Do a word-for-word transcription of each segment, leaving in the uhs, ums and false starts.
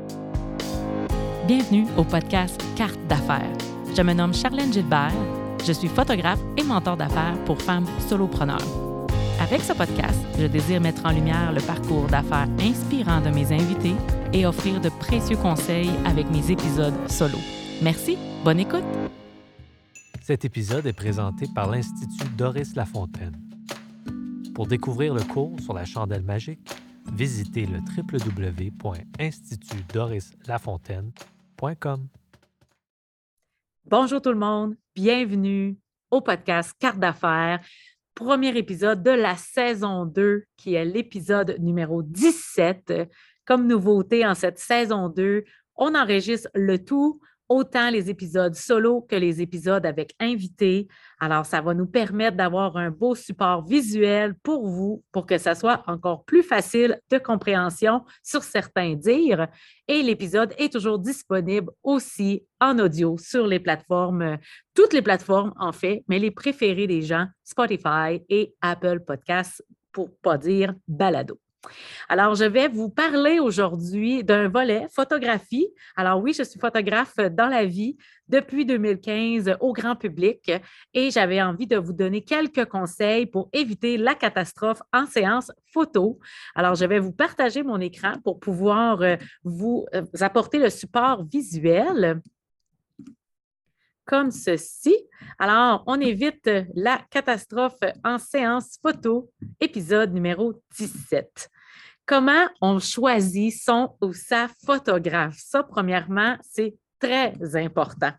Bienvenue au podcast Carte d'affaires. Je me nomme Charlène Gilbert, je suis photographe et mentor d'affaires pour femmes solopreneurs. Avec ce podcast, je désire mettre en lumière le parcours d'affaires inspirant de mes invités et offrir de précieux conseils avec mes épisodes solo. Merci, bonne écoute! Cet épisode est présenté par l'Institut Doris Lafontaine. Pour découvrir le cours sur la chandelle magique, visitez le w w w point institut doris lafontaine point com. Bonjour tout le monde, bienvenue au podcast Carte d'affaires, premier épisode de la saison deux qui est l'épisode numéro dix-sept. Comme nouveauté en cette saison deux, on enregistre le tout, autant les épisodes solo que les épisodes avec invités. Alors, ça va nous permettre d'avoir un beau support visuel pour vous, pour que ça soit encore plus facile de compréhension sur certains dires. Et l'épisode est toujours disponible aussi en audio sur les plateformes, toutes les plateformes en fait, mais les préférées des gens, Spotify et Apple Podcasts, pour ne pas dire balado. Alors, je vais vous parler aujourd'hui d'un volet photographie. Alors oui, je suis photographe dans la vie depuis deux mille quinze au grand public et j'avais envie de vous donner quelques conseils pour éviter la catastrophe en séance photo. Alors, je vais vous partager mon écran pour pouvoir vous apporter le support visuel comme ceci. Alors, on évite la catastrophe en séance photo, épisode numéro dix-sept. Comment on choisit son ou sa photographe? Ça, premièrement, c'est très important.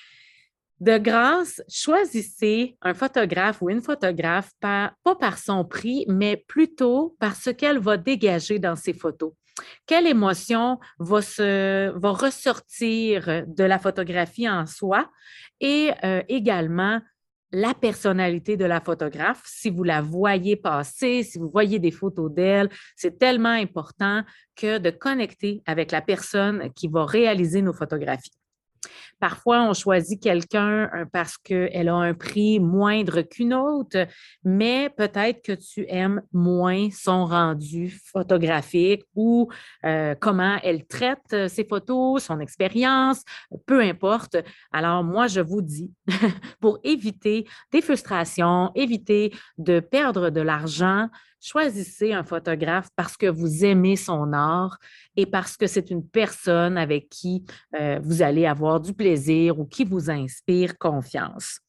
De grâce, choisissez un photographe ou une photographe par, pas par son prix, mais plutôt par ce qu'elle va dégager dans ses photos. Quelle émotion va, se, va ressortir de la photographie en soi et euh, également la personnalité de la photographe. Si vous la voyez passer, si vous voyez des photos d'elle, c'est tellement important que de connecter avec la personne qui va réaliser nos photographies. Parfois, on choisit quelqu'un parce qu'elle a un prix moindre qu'une autre, mais peut-être que tu aimes moins son rendu photographique ou euh, comment elle traite ses photos, son expérience, peu importe. Alors, moi, je vous dis, pour éviter des frustrations, éviter de perdre de l'argent, choisissez un photographe parce que vous aimez son art et parce que c'est une personne avec qui euh, vous allez avoir du plaisir ou qui vous inspire confiance.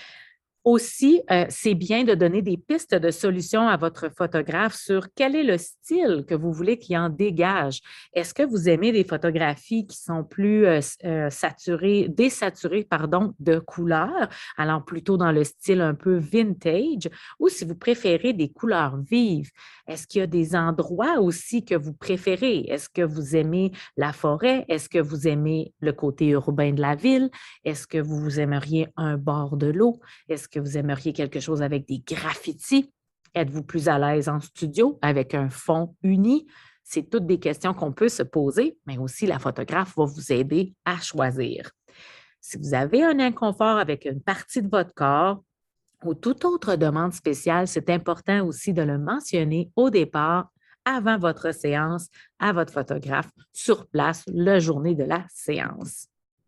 Aussi, euh, c'est bien de donner des pistes de solutions à votre photographe sur quel est le style que vous voulez qu'il en dégage. Est-ce que vous aimez des photographies qui sont plus euh, euh, saturées, désaturées, pardon, de couleurs, allant plutôt dans le style un peu vintage, ou si vous préférez des couleurs vives? Est-ce qu'il y a des endroits aussi que vous préférez? Est-ce que vous aimez la forêt? Est-ce que vous aimez le côté urbain de la ville? Est-ce que vous aimeriez un bord de l'eau? Est-ce que vous aimeriez quelque chose avec des graffitis? Êtes-vous plus à l'aise en studio avec un fond uni? C'est toutes des questions qu'on peut se poser, mais aussi la photographe va vous aider à choisir. Si vous avez un inconfort avec une partie de votre corps ou toute autre demande spéciale, c'est important aussi de le mentionner au départ, avant votre séance, à votre photographe, sur place, la journée de la séance.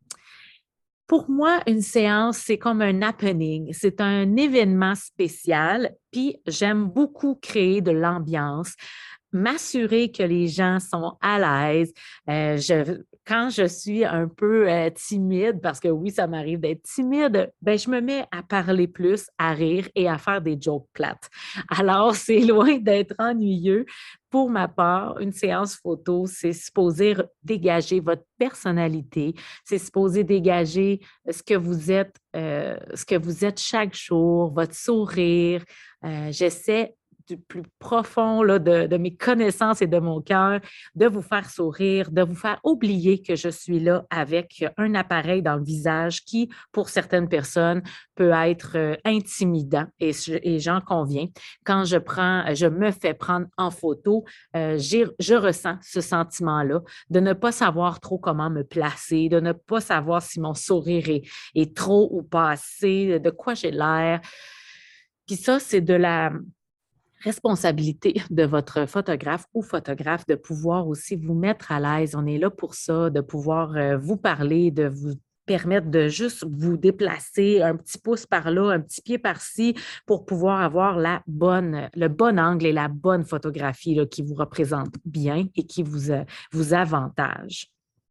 Pour moi, une séance, c'est comme un happening, c'est un événement spécial, puis j'aime beaucoup créer de l'ambiance, m'assurer que les gens sont à l'aise. Euh, je, quand je suis un peu euh, timide, parce que oui, ça m'arrive d'être timide, ben, je me mets à parler plus, à rire et à faire des jokes plates. Alors, c'est loin d'être ennuyeux. Pour ma part, une séance photo, c'est supposé dégager votre personnalité, c'est supposé dégager ce que vous êtes, euh, ce que vous êtes chaque jour, votre sourire. Euh, j'essaie du plus profond là, de, de mes connaissances et de mon cœur, de vous faire sourire, de vous faire oublier que je suis là avec un appareil dans le visage qui, pour certaines personnes, peut être euh, intimidant et, et j'en conviens. Quand je prends, je me fais prendre en photo, euh, je ressens ce sentiment-là de ne pas savoir trop comment me placer, de ne pas savoir si mon sourire est, est trop ou pas assez, de quoi j'ai l'air. Puis ça, c'est de la responsabilité de votre photographe ou photographe de pouvoir aussi vous mettre à l'aise. On est là pour ça, de pouvoir euh, vous parler, de vous permettre de juste vous déplacer un petit pouce par là, un petit pied par-ci pour pouvoir avoir la bonne, le bon angle et la bonne photographie là, qui vous représente bien et qui vous, euh, vous avantage.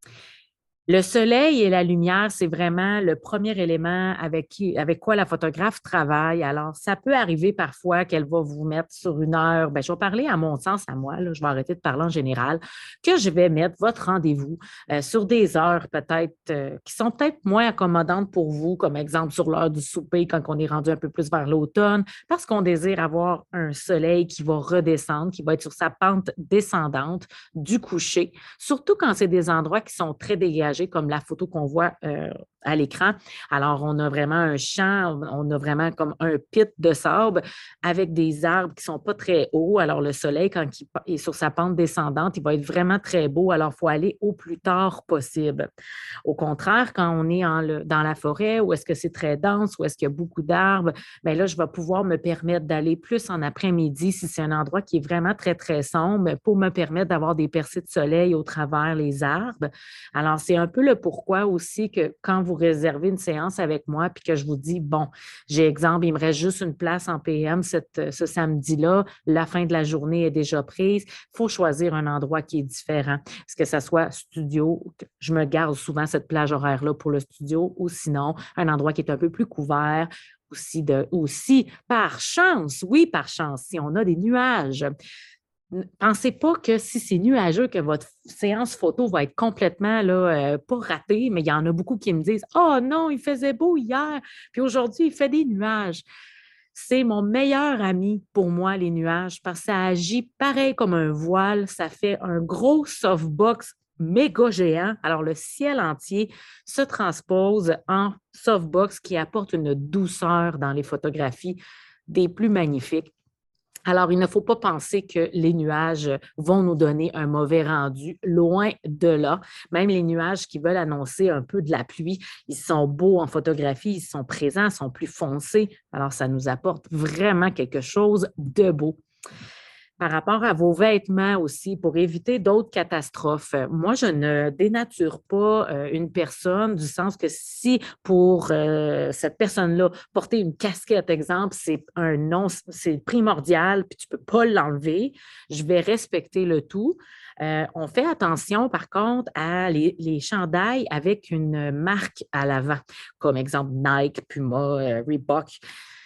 Le soleil et la lumière, c'est vraiment le premier élément avec, qui, avec quoi la photographe travaille. Alors, ça peut arriver parfois qu'elle va vous mettre sur une heure. Bien, je vais parler à mon sens, à moi, là, je vais arrêter de parler en général, que je vais mettre votre rendez-vous euh, sur des heures peut-être euh, qui sont peut-être moins accommodantes pour vous, comme exemple sur l'heure du souper quand on est rendu un peu plus vers l'automne, parce qu'on désire avoir un soleil qui va redescendre, qui va être sur sa pente descendante du coucher, surtout quand c'est des endroits qui sont très dégagés comme la photo qu'on voit euh, à l'écran. Alors, on a vraiment un champ, on a vraiment comme un pit de sable avec des arbres qui ne sont pas très hauts. Alors, le soleil, quand il est sur sa pente descendante, il va être vraiment très beau. Alors, il faut aller au plus tard possible. Au contraire, quand on est en le, dans la forêt, où est-ce que c'est très dense, où est-ce qu'il y a beaucoup d'arbres, bien là, je vais pouvoir me permettre d'aller plus en après-midi si c'est un endroit qui est vraiment très, très sombre pour me permettre d'avoir des percées de soleil au travers les arbres. Alors, c'est un peu le pourquoi aussi que quand vous réservez une séance avec moi puis que je vous dis, bon, j'ai exemple, il me reste juste une place en P M cette, ce samedi-là, la fin de la journée est déjà prise, il faut choisir un endroit qui est différent. Est-ce que ça soit studio, je me garde souvent cette plage horaire-là pour le studio ou sinon un endroit qui est un peu plus couvert. Aussi, de, aussi, par chance, oui, par chance, si on a des nuages. Pensez pas que si c'est nuageux, que votre séance photo va être complètement là, euh, pas ratée, mais il y en a beaucoup qui me disent « Oh non, il faisait beau hier, puis aujourd'hui, il fait des nuages. » C'est mon meilleur ami pour moi, les nuages, parce que ça agit pareil comme un voile, ça fait un gros softbox méga géant. Alors, le ciel entier se transpose en softbox qui apporte une douceur dans les photographies des plus magnifiques. Alors, il ne faut pas penser que les nuages vont nous donner un mauvais rendu, loin de là. Même les nuages qui veulent annoncer un peu de la pluie, ils sont beaux en photographie, ils sont présents, ils sont plus foncés. Alors, ça nous apporte vraiment quelque chose de beau. Par rapport à vos vêtements aussi, pour éviter d'autres catastrophes, moi, je ne dénature pas euh, une personne du sens que si pour euh, cette personne-là, porter une casquette, exemple, c'est un non, c'est primordial, puis tu ne peux pas l'enlever, je vais respecter le tout. Euh, on fait attention, par contre, à les, les chandails avec une marque à l'avant, comme exemple Nike, Puma, euh, Reebok.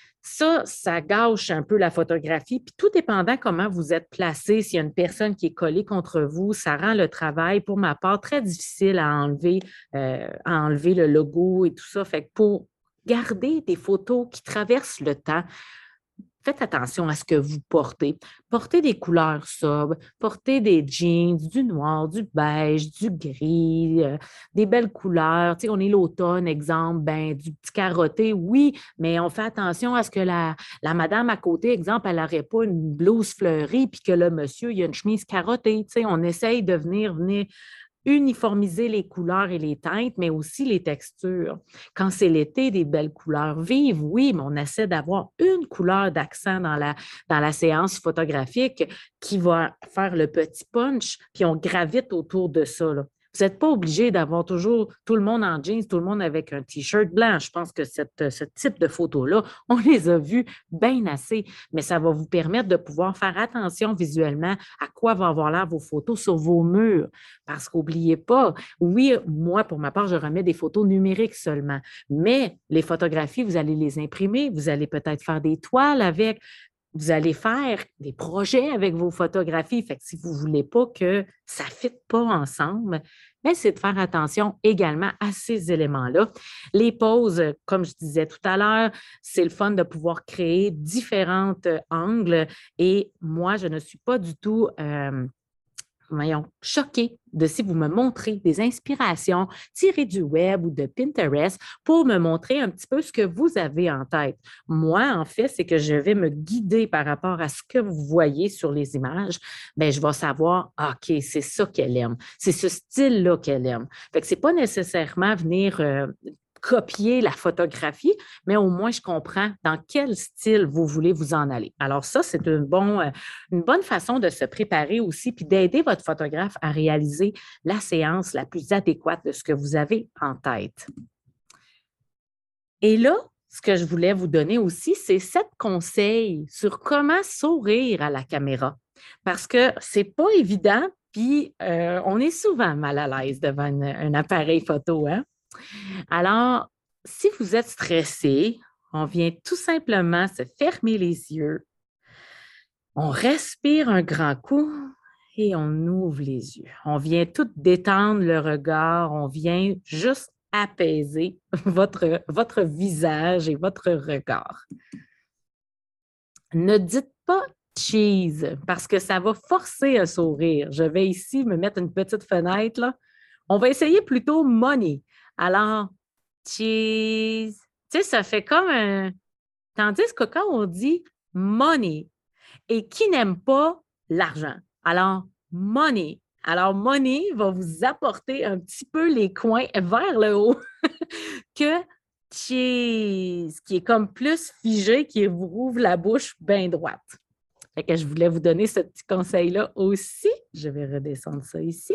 Ça, ça gâche un peu la photographie. Puis tout dépendant comment vous êtes placé, s'il y a une personne qui est collée contre vous, ça rend le travail, pour ma part, très difficile à enlever, euh, à enlever le logo et tout ça. Fait que pour garder des photos qui traversent le temps, faites attention à ce que vous portez. Portez des couleurs sobres, portez des jeans, du noir, du beige, du gris, euh, des belles couleurs. Tu sais, on est l'automne, exemple, ben, du petit carotté, oui, mais on fait attention à ce que la, la madame à côté, exemple, elle n'aurait pas une blouse fleurie puis que le monsieur, il a une chemise carottée. Tu sais, on essaye de venir, venir uniformiser les couleurs et les teintes, mais aussi les textures. Quand c'est l'été, des belles couleurs vives, oui, mais on essaie d'avoir une couleur d'accent dans la, dans la séance photographique qui va faire le petit punch, puis on gravite autour de ça, là. Vous n'êtes pas obligé d'avoir toujours tout le monde en jeans, tout le monde avec un T-shirt blanc. Je pense que cette, ce type de photos-là, on les a vues bien assez, mais ça va vous permettre de pouvoir faire attention visuellement à quoi vont avoir l'air vos photos sur vos murs. Parce qu'oubliez pas, oui, moi, pour ma part, je remets des photos numériques seulement, mais les photographies, vous allez les imprimer, vous allez peut-être faire des toiles avec. Vous allez faire des projets avec vos photographies. Fait que si vous ne voulez pas que ça ne fitte pas ensemble, mais c'est de faire attention également à ces éléments-là. Les poses, comme je disais tout à l'heure, c'est le fun de pouvoir créer différents angles. Et moi, je ne suis pas du tout... Euh, voyons, choquée de si vous me montrez des inspirations tirées du web ou de Pinterest pour me montrer un petit peu ce que vous avez en tête. Moi, en fait, c'est que je vais me guider par rapport à ce que vous voyez sur les images. Bien, je vais savoir, OK, c'est ça qu'elle aime. C'est ce style-là qu'elle aime. Fait que c'est pas nécessairement venir... Euh, copier la photographie, mais au moins, je comprends dans quel style vous voulez vous en aller. Alors ça, c'est une, bon, euh, une bonne façon de se préparer aussi, puis d'aider votre photographe à réaliser la séance la plus adéquate de ce que vous avez en tête. Et là, ce que je voulais vous donner aussi, c'est sept conseils sur comment sourire à la caméra. Parce que c'est pas évident, puis euh, on est souvent mal à l'aise devant une, un appareil photo, hein? Alors, si vous êtes stressé, on vient tout simplement se fermer les yeux, on respire un grand coup et on ouvre les yeux. On vient tout détendre le regard, on vient juste apaiser votre, votre visage et votre regard. Ne dites pas cheese parce que ça va forcer un sourire. Je vais ici me mettre une petite fenêtre, là. On va essayer plutôt money. Alors, cheese, tu sais, ça fait comme un... Tandis que quand on dit money, et qui n'aime pas l'argent? Alors, money. Alors, money va vous apporter un petit peu les coins vers le haut que cheese, qui est comme plus figé, qui vous rouvre la bouche bien droite. Fait que je voulais vous donner ce petit conseil-là aussi. Je vais redescendre ça ici.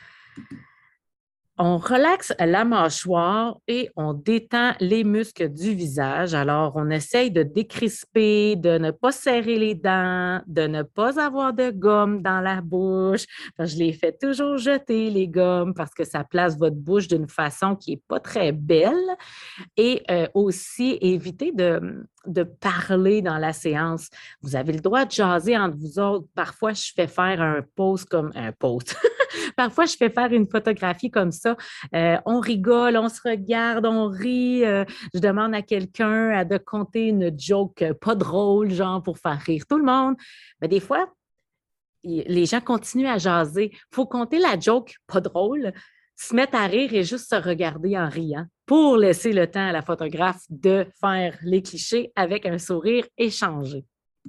On relaxe la mâchoire et on détend les muscles du visage. Alors, on essaye de décrisper, de ne pas serrer les dents, de ne pas avoir de gomme dans la bouche. Enfin, je les fais toujours jeter, les gommes, parce que ça place votre bouche d'une façon qui n'est pas très belle. Et euh, aussi, éviter de, de parler dans la séance. Vous avez le droit de jaser entre vous autres. Parfois, je fais faire un pose comme un pose. Parfois, je fais faire une photographie comme ça. Euh, on rigole, on se regarde, on rit. Euh, je demande à quelqu'un de compter une joke pas drôle, genre pour faire rire tout le monde. Mais des fois, les gens continuent à jaser. Il faut compter la joke pas drôle, se mettre à rire et juste se regarder en riant pour laisser le temps à la photographe de faire les clichés avec un sourire échangé.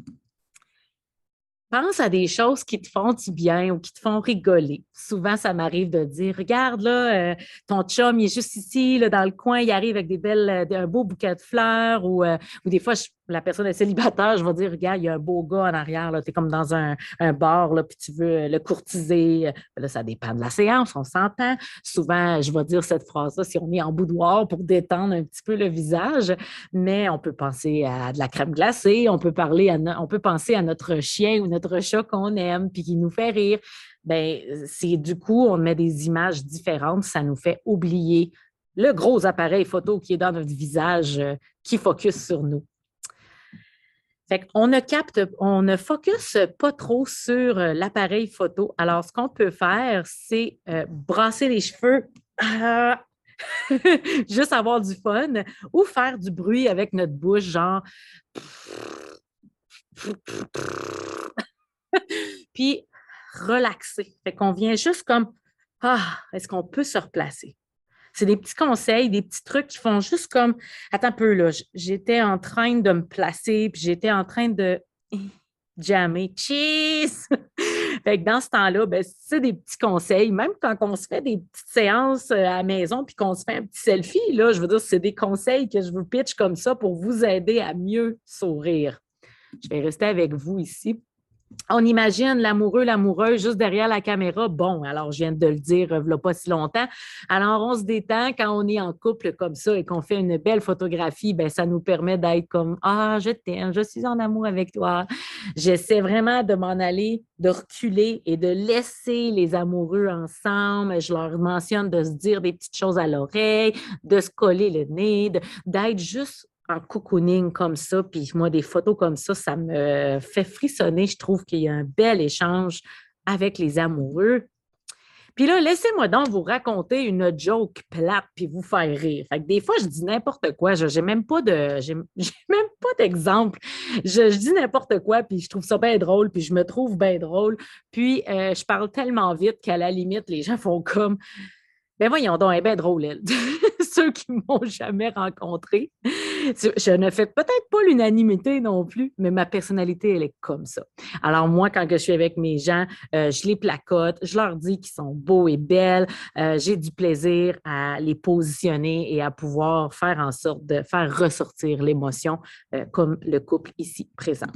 Pense à des choses qui te font du bien ou qui te font rigoler. Souvent, ça m'arrive de dire, regarde, là, euh, ton chum, il est juste ici, là, dans le coin, il arrive avec des belles, euh, un beau bouquet de fleurs ou, euh, ou des fois, je, la personne est célibataire, je vais dire, regarde, il y a un beau gars en arrière, tu es comme dans un, un bar, là, puis tu veux le courtiser. Là, ça dépend de la séance, on s'entend. Souvent, je vais dire cette phrase-là si on est en boudoir pour détendre un petit peu le visage, mais on peut penser à de la crème glacée, on peut, parler à no- on peut penser à notre chien ou notre chat qu'on aime puis qui nous fait rire. Bien, c'est du coup, on met des images différentes, ça nous fait oublier le gros appareil photo qui est dans notre visage euh, qui focus sur nous. Fait qu'on ne capte, on ne focus pas trop sur euh, l'appareil photo. Alors, ce qu'on peut faire, c'est euh, brasser les cheveux, ah, juste avoir du fun, ou faire du bruit avec notre bouche, genre. Puis relaxer. Fait qu'on vient juste comme, ah, est-ce qu'on peut se replacer? C'est des petits conseils, des petits trucs qui font juste comme, attends un peu, là, j'étais en train de me placer, puis j'étais en train de jammer. Cheese! Fait que dans ce temps-là, ben, c'est des petits conseils. Même quand on se fait des petites séances à la maison puis qu'on se fait un petit selfie, là, je veux dire, c'est des conseils que je vous pitch comme ça pour vous aider à mieux sourire. Je vais rester avec vous ici. On imagine l'amoureux, l'amoureuse juste derrière la caméra. Bon, alors je viens de le dire il n'y a pas si longtemps. Alors, on se détend quand on est en couple comme ça et qu'on fait une belle photographie, bien, ça nous permet d'être comme « Ah, je t'aime, je suis en amour avec toi. » J'essaie vraiment de m'en aller, de reculer et de laisser les amoureux ensemble. Je leur mentionne de se dire des petites choses à l'oreille, de se coller le nez, de, d'être juste en cocooning comme ça, puis moi, des photos comme ça, ça me fait frissonner. Je trouve qu'il y a un bel échange avec les amoureux. Puis là, laissez-moi donc vous raconter une joke plate puis vous faire rire. Fait que des fois, je dis n'importe quoi. Je n'ai même pas de, j'ai, j'ai même pas d'exemple. Je, je dis n'importe quoi puis je trouve ça bien drôle puis je me trouve bien drôle. Puis euh, je parle tellement vite qu'à la limite, les gens font comme « Ben voyons donc, elle est bien drôle, elle. » Ceux qui ne m'ont jamais rencontré. Je ne fais peut-être pas l'unanimité non plus, mais ma personnalité, elle est comme ça. Alors moi, quand je suis avec mes gens, euh, je les placote, je leur dis qu'ils sont beaux et belles. Euh, j'ai du plaisir à les positionner et à pouvoir faire en sorte de faire ressortir l'émotion euh, comme le couple ici présent.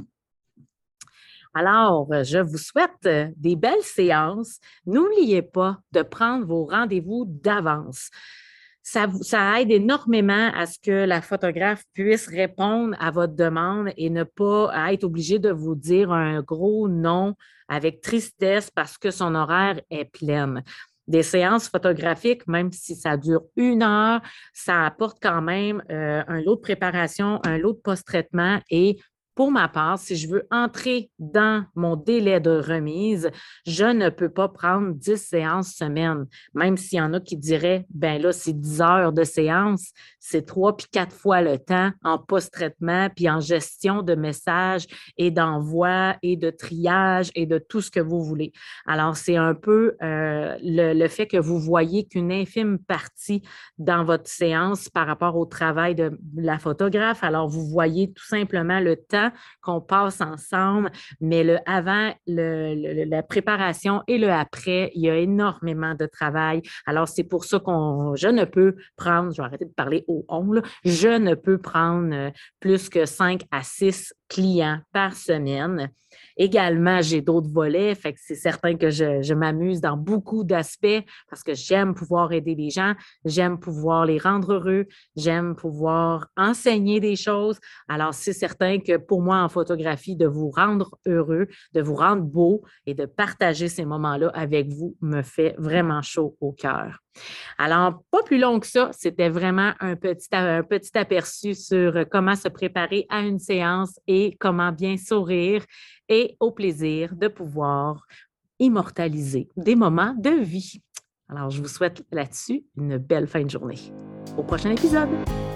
Alors, je vous souhaite des belles séances. N'oubliez pas de prendre vos rendez-vous d'avance. Ça, ça aide énormément à ce que la photographe puisse répondre à votre demande et ne pas être obligé de vous dire un gros non avec tristesse parce que son horaire est plein. Des séances photographiques, même si ça dure une heure, ça apporte quand même euh, un lot de préparation, un lot de post-traitement et pour ma part, si je veux entrer dans mon délai de remise, je ne peux pas prendre dix séances semaine, même s'il y en a qui diraient, ben là, c'est dix heures de séance, c'est trois puis quatre fois le temps en post-traitement, puis en gestion de messages et d'envoi et de triage et de tout ce que vous voulez. Alors, c'est un peu euh, le, le fait que vous voyez qu'une infime partie dans votre séance par rapport au travail de la photographe. Alors, vous voyez tout simplement le temps qu'on passe ensemble, mais le avant, le, le, la préparation et le après, il y a énormément de travail. Alors, c'est pour ça qu'on, je ne peux prendre, je vais arrêter de parler au on, là, je ne peux prendre plus que cinq à six clients par semaine. Également, j'ai d'autres volets, fait que c'est certain que je, je m'amuse dans beaucoup d'aspects parce que j'aime pouvoir aider les gens, j'aime pouvoir les rendre heureux, j'aime pouvoir enseigner des choses. Alors, c'est certain que pour moi, en photographie, de vous rendre heureux, de vous rendre beau et de partager ces moments-là avec vous me fait vraiment chaud au cœur. Alors, pas plus long que ça, c'était vraiment un petit, un petit aperçu sur comment se préparer à une séance et comment bien sourire et au plaisir de pouvoir immortaliser des moments de vie. Alors, je vous souhaite là-dessus une belle fin de journée. Au prochain épisode!